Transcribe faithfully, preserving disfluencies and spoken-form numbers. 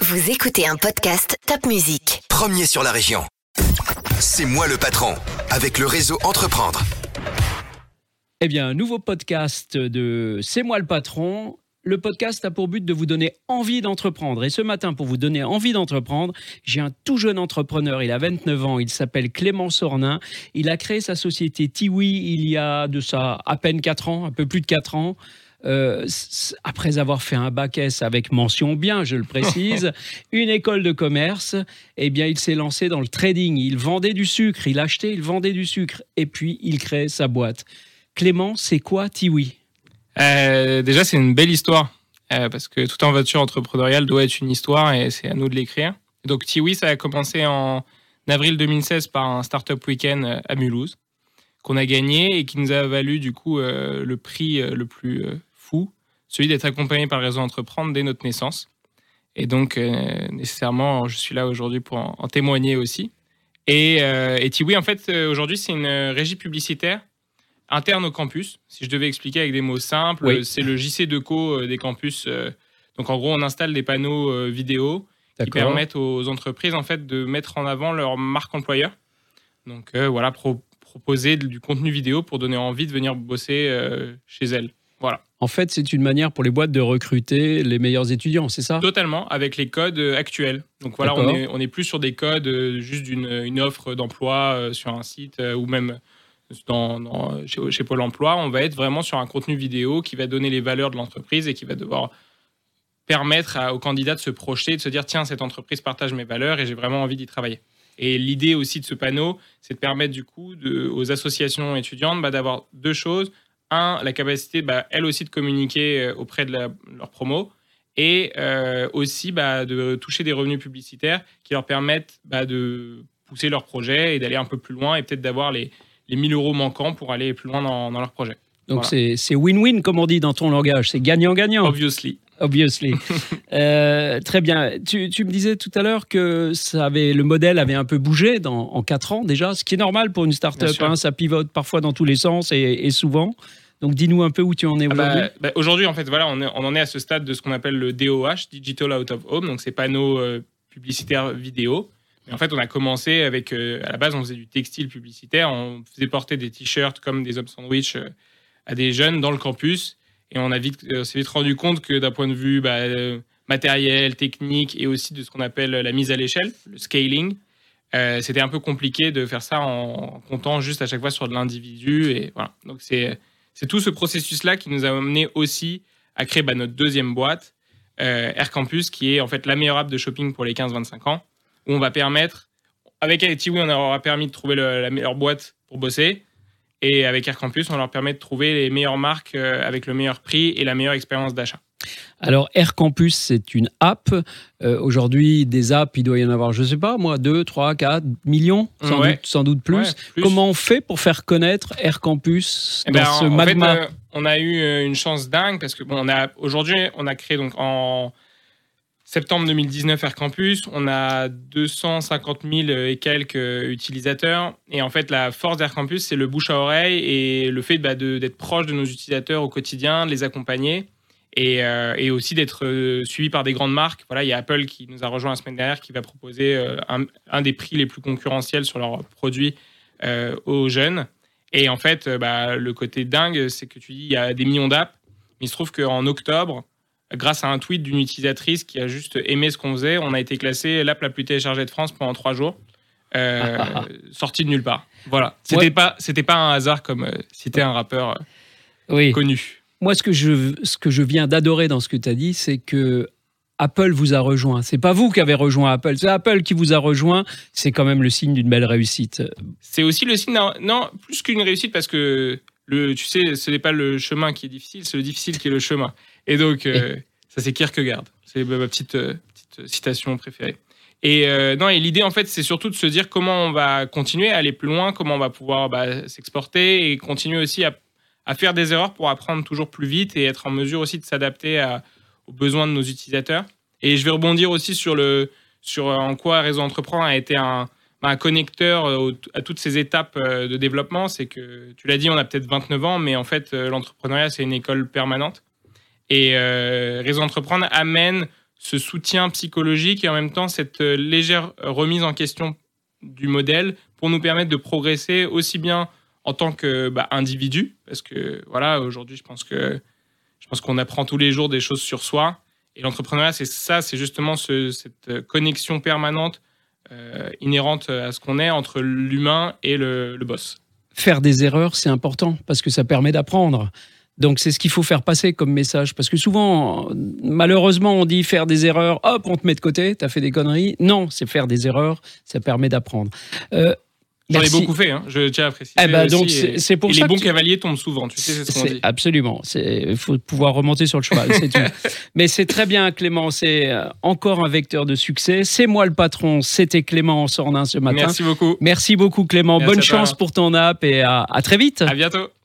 Vous écoutez un podcast Top Musique. Premier sur la région. C'est moi le patron, avec le réseau Entreprendre. Eh bien, un nouveau podcast de C'est moi le patron. Le podcast a pour but de vous donner envie d'entreprendre. Et ce matin, pour vous donner envie d'entreprendre, j'ai un tout jeune entrepreneur. Il a vingt-neuf ans. Il s'appelle Clément Sornin. Il a créé sa société Tiwi il y a de ça à peine quatre ans, un peu plus de quatre ans. Euh, après avoir fait un bac S avec mention bien, je le précise, une école de commerce, eh bien, il s'est lancé dans le trading. Il vendait du sucre. Il achetait, il vendait du sucre. Et puis, il crée sa boîte. Clément, c'est quoi Tiwi ? Euh, déjà, c'est une belle histoire, euh, parce que toute aventure entrepreneuriale doit être une histoire et c'est à nous de l'écrire. Donc, Tiwi, ça a commencé en avril deux mille seize par un Startup Weekend à Mulhouse, qu'on a gagné et qui nous a valu du coup euh, le prix euh, le plus euh, fou, celui d'être accompagné par le réseau Entreprendre dès notre naissance. Et donc, euh, nécessairement, je suis là aujourd'hui pour en, en témoigner aussi. Et, euh, et Tiwi, en fait, aujourd'hui, c'est une régie publicitaire interne au campus. Si je devais expliquer avec des mots simples, oui. C'est le J C Deco des campus. Donc en gros, on installe des panneaux vidéo D'accord. qui permettent aux entreprises en fait de mettre en avant leur marque employeur. Donc euh, voilà, pro- proposer du contenu vidéo pour donner envie de venir bosser euh, chez elles. Voilà. En fait, c'est une manière pour les boîtes de recruter les meilleurs étudiants, c'est ça ? Totalement, avec les codes actuels. Donc voilà, on est, on est plus sur des codes juste d'une une offre d'emploi sur un site ou même Dans, dans, chez, chez Pôle emploi, on va être vraiment sur un contenu vidéo qui va donner les valeurs de l'entreprise et qui va devoir permettre à, aux candidats de se projeter, de se dire tiens, cette entreprise partage mes valeurs et j'ai vraiment envie d'y travailler. Et l'idée aussi de ce panneau, c'est de permettre du coup de, aux associations étudiantes bah, d'avoir deux choses. Un, la capacité, bah, elles aussi, de communiquer auprès de la, leur promo et euh, aussi bah, de toucher des revenus publicitaires qui leur permettent bah, de pousser leur projet et d'aller un peu plus loin et peut-être d'avoir les les mille euros manquants pour aller plus loin dans, dans leur projet. Donc voilà. c'est, c'est win-win, comme on dit dans ton langage. C'est gagnant-gagnant. Obviously. Obviously. euh, très bien. Tu, tu me disais tout à l'heure que ça avait, le modèle avait un peu bougé dans, en quatre ans déjà, ce qui est normal pour une start-up. Hein, ça pivote parfois dans tous les sens et, et souvent. Donc dis-nous un peu où tu en es aujourd'hui. Ah bah, bah, aujourd'hui, en fait, voilà, on, est, on en est à ce stade de ce qu'on appelle le D O H, Digital Out of Home, donc ces panneaux euh, publicitaires vidéo. Mais en fait, on a commencé avec, euh, à la base, on faisait du textile publicitaire, on faisait porter des t-shirts comme des hommes sandwich euh, à des jeunes dans le campus, et on a vite, euh, s'est vite rendu compte que d'un point de vue bah, euh, matériel, technique, et aussi de ce qu'on appelle la mise à l'échelle, le scaling, euh, c'était un peu compliqué de faire ça en, en comptant juste à chaque fois sur de l'individu, et voilà. Donc c'est, c'est tout ce processus-là qui nous a amené aussi à créer bah, notre deuxième boîte, euh, Air Campus, qui est en fait la meilleure app de shopping pour les quinze vingt-cinq ans. Où on va permettre, avec Tiwi, on aura permis de trouver le, la meilleure boîte pour bosser. Et avec Air Campus, on leur permet de trouver les meilleures marques euh, avec le meilleur prix et la meilleure expérience d'achat. Alors, Air Campus, c'est une app. Euh, aujourd'hui, des apps, il doit y en avoir, je ne sais pas, moi, deux, trois, quatre millions, sans, ouais. doute, sans doute plus. Ouais, plus. Comment on fait pour faire connaître Air Campus eh dans ben, ce en, magma en fait, euh, on a eu une chance dingue parce que bon, on a, aujourd'hui, on a créé donc en septembre deux mille dix-neuf Air Campus, on a deux cent cinquante mille et quelques utilisateurs. Et en fait, la force d'Air Campus, c'est le bouche à oreille et le fait bah, de, d'être proche de nos utilisateurs au quotidien, de les accompagner et, euh, et aussi d'être euh, suivi par des grandes marques. Voilà, il y a Apple qui nous a rejoint la semaine dernière, qui va proposer euh, un, un des prix les plus concurrentiels sur leurs produits euh, aux jeunes. Et en fait, euh, bah, le côté dingue, c'est que tu dis il y a des millions d'apps, mais il se trouve qu'en octobre, grâce à un tweet d'une utilisatrice qui a juste aimé ce qu'on faisait, on a été classé l'app la plus téléchargée de France pendant trois jours, euh, sorti de nulle part. Voilà, c'était ouais. pas c'était pas un hasard comme euh, citer un rappeur euh, oui. connu. Moi, ce que je ce que je viens d'adorer dans ce que tu as dit, c'est que Apple vous a rejoint. C'est pas vous qui avez rejoint Apple, c'est Apple qui vous a rejoint. C'est quand même le signe d'une belle réussite. C'est aussi le signe d'un, non plus qu'une réussite parce que le tu sais, ce n'est pas le chemin qui est difficile, c'est le difficile qui est le chemin. Et donc, euh, et... ça, c'est Kierkegaard. C'est ma petite, euh, petite citation préférée. Et, euh, non, et l'idée, en fait, c'est surtout de se dire comment on va continuer à aller plus loin, comment on va pouvoir bah, s'exporter et continuer aussi à, à faire des erreurs pour apprendre toujours plus vite et être en mesure aussi de s'adapter à, aux besoins de nos utilisateurs. Et je vais rebondir aussi sur, le, sur en quoi Réseau Entreprendre a été un, un connecteur à toutes ces étapes de développement. C'est que, tu l'as dit, on a peut-être vingt-neuf ans, mais en fait, l'entrepreneuriat, c'est une école permanente. Et euh, Réseau Entreprendre amène ce soutien psychologique et en même temps cette légère remise en question du modèle pour nous permettre de progresser aussi bien en tant que bah, individu, parce que voilà, aujourd'hui, je pense que je pense qu'on apprend tous les jours des choses sur soi. Et l'entrepreneuriat, c'est ça, c'est justement ce, cette connexion permanente euh, inhérente à ce qu'on est entre l'humain et le, le boss. Faire des erreurs, c'est important parce que ça permet d'apprendre. Donc, c'est ce qu'il faut faire passer comme message. Parce que souvent, malheureusement, on dit faire des erreurs, hop, on te met de côté, t'as fait des conneries. Non, c'est faire des erreurs, ça permet d'apprendre. Euh, J'en ai merci. beaucoup fait, hein. Je tiens à préciser. Eh ben, aussi, donc, et, c'est, c'est pour et ça les bons que tu... cavaliers tombent souvent, tu sais, c'est ce qu'on C'est dit. absolument. Il faut pouvoir remonter sur le cheval, c'est tout. Mais c'est très bien, Clément. C'est encore un vecteur de succès. C'est moi le patron. C'était Clément Sornin ce matin. Merci beaucoup. Merci beaucoup, Clément. Merci Bonne à toi. chance pour ton app et à, à très vite. À bientôt.